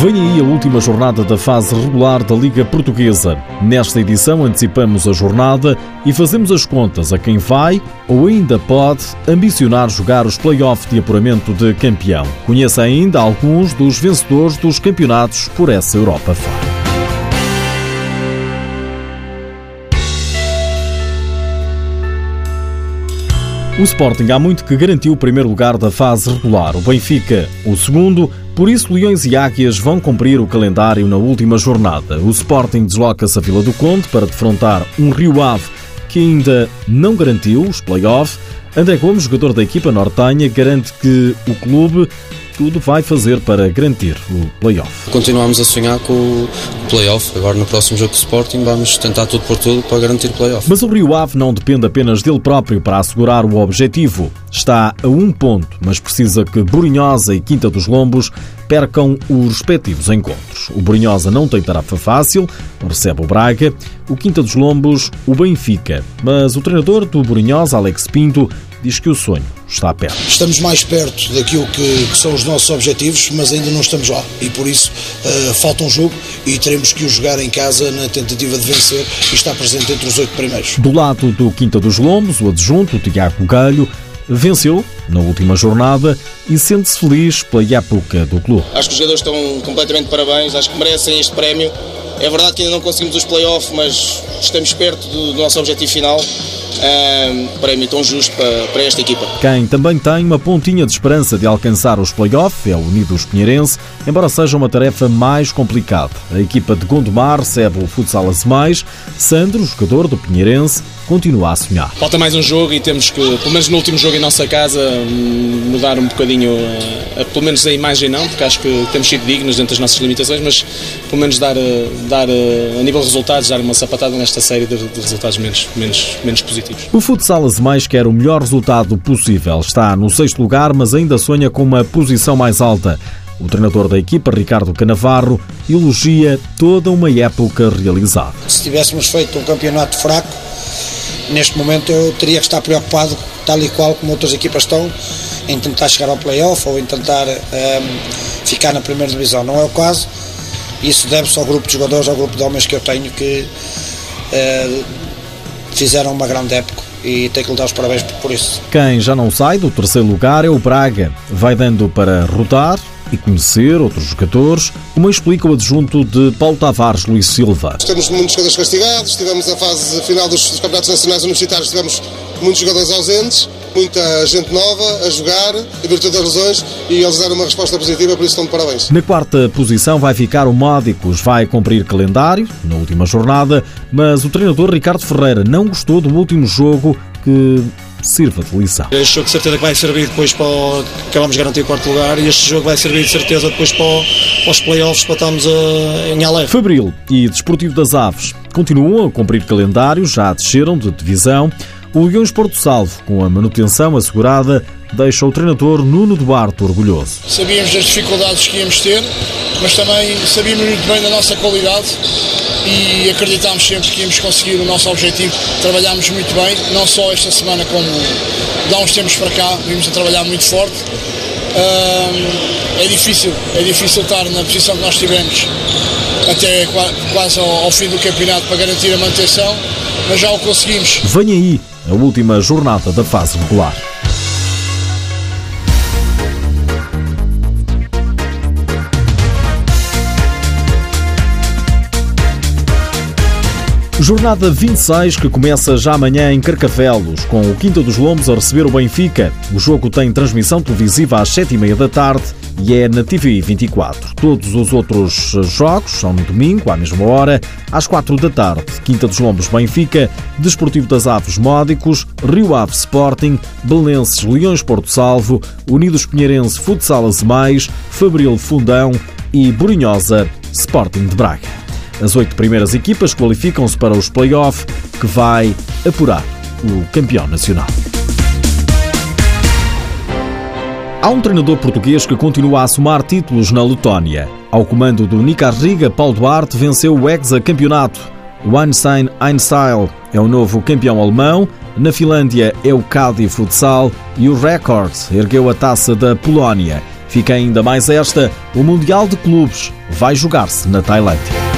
Vem aí a última jornada da fase regular da Liga Portuguesa. Nesta edição antecipamos a jornada e fazemos as contas a quem vai ou ainda pode ambicionar jogar os play-off de apuramento de campeão. Conheça ainda alguns dos vencedores dos campeonatos por essa Europa fora. O Sporting há muito que garantiu o primeiro lugar da fase regular, o Benfica o segundo, por isso Leões e Águias vão cumprir o calendário na última jornada. O Sporting desloca-se a Vila do Conde para defrontar um Rio Ave que ainda não garantiu os play-off. André Gomes, jogador da equipa nortenha, garante que o clube tudo vai fazer para garantir o play-off. Continuamos a sonhar com o play-off. Agora no próximo jogo do Sporting vamos tentar tudo por tudo para garantir o play-off. Mas o Rio Ave não depende apenas dele próprio para assegurar o objetivo. Está a 1 ponto, mas precisa que Borinhosa e Quinta dos Lombos percam os respectivos encontros. O Borinhosa não tem tarefa fácil, recebe o Braga, o Quinta dos Lombos o Benfica. Mas o treinador do Borinhosa, Alex Pinto, diz que o sonho está perto. Estamos mais perto daquilo que são os nossos objetivos, mas ainda não estamos lá. E por isso falta um jogo e teremos que o jogar em casa na tentativa de vencer e estar presente entre os 8 primeiros. Do lado do Quinta dos Lombos, o adjunto, o Tiago Galho, venceu na última jornada e sente-se feliz pela época do clube. Acho que os jogadores estão completamente de parabéns, acho que merecem este prémio. É verdade que ainda não conseguimos os play-off, mas estamos perto do nosso objetivo final. Prémio tão justo para esta equipa. Quem também tem uma pontinha de esperança de alcançar os play-off é o Unidos Pinheirense, embora seja uma tarefa mais complicada. A equipa de Gondomar recebe o Futsal Azemais. Sandro, jogador do Pinheirense, continua a sonhar. Falta mais um jogo e temos que, pelo menos no último jogo em nossa casa, mudar um bocadinho, pelo menos a imagem não, porque acho que temos sido dignos dentro das nossas limitações, mas pelo menos dar a nível de resultados, dar uma sapatada nesta série de resultados menos positivos. O Futsal Azemais quer o melhor resultado possível. Está no 6º lugar, mas ainda sonha com uma posição mais alta. O treinador da equipa, Ricardo Canavarro, elogia toda uma época realizada. Se tivéssemos feito um campeonato fraco, neste momento eu teria que estar preocupado, tal e qual como outras equipas estão, em tentar chegar ao play-off ou em tentar ficar na primeira divisão. Não é o caso. Isso deve-se ao grupo de jogadores, ao grupo de homens que eu tenho, que fizeram uma grande época e tenho que lhe dar os parabéns por isso. Quem já não sai do 3º lugar é o Braga. Vai dando para rotar e conhecer outros jogadores, como explica o adjunto de Paulo Tavares Luís Silva. Temos muitos jogadores castigados, tivemos a fase final dos campeonatos nacionais universitários, tivemos muitos jogadores ausentes, muita gente nova a jogar, em virtude das lesões, e eles deram uma resposta positiva, por isso estão de parabéns. Na 4ª posição vai ficar o Módicos, vai cumprir calendário na última jornada, mas o treinador Ricardo Ferreira não gostou do último jogo que sirva de lição. Este jogo de certeza que vai servir depois para acabamos de garantir o 4º lugar e este jogo vai servir de certeza depois para os play-offs, para estarmos em Alé. Fabril e Desportivo das Aves continuam a cumprir calendário, já desceram de divisão. O Leões Porto Salvo, com a manutenção assegurada, deixa o treinador Nuno Duarte orgulhoso. Sabíamos das dificuldades que íamos ter, mas também sabíamos muito bem da nossa qualidade e acreditámos sempre que íamos conseguir o nosso objetivo. Trabalhámos muito bem, não só esta semana como de há uns tempos para cá, vimos a trabalhar muito forte. É difícil estar na posição que nós tivemos até quase ao fim do campeonato para garantir a manutenção, mas já o conseguimos. Vem aí a última jornada da fase regular. Jornada 26 que começa já amanhã em Carcavelos, com o Quinta dos Lombos a receber o Benfica. O jogo tem transmissão televisiva às 7h30 da tarde e é na TV 24. Todos os outros jogos são no domingo, à mesma hora, às 4 da tarde. Quinta dos Lombos Benfica, Desportivo das Aves Módicos, Rio Ave Sporting, Belenenses Leões Porto Salvo, Unidos Pinheirense Futsal Azemais, Fabril Fundão e Borinhosa Sporting de Braga. As 8 primeiras equipas qualificam-se para os play-off, que vai apurar o campeão nacional. Há um treinador português que continua a somar títulos na Letónia. Ao comando do Nika Riga, Paulo Duarte venceu o hexacampeonato. O Einstein Einstyle é o novo campeão alemão. Na Finlândia é o Cádiz Futsal e o Record ergueu a taça da Polónia. Fica ainda mais esta: o Mundial de Clubes vai jogar-se na Tailândia.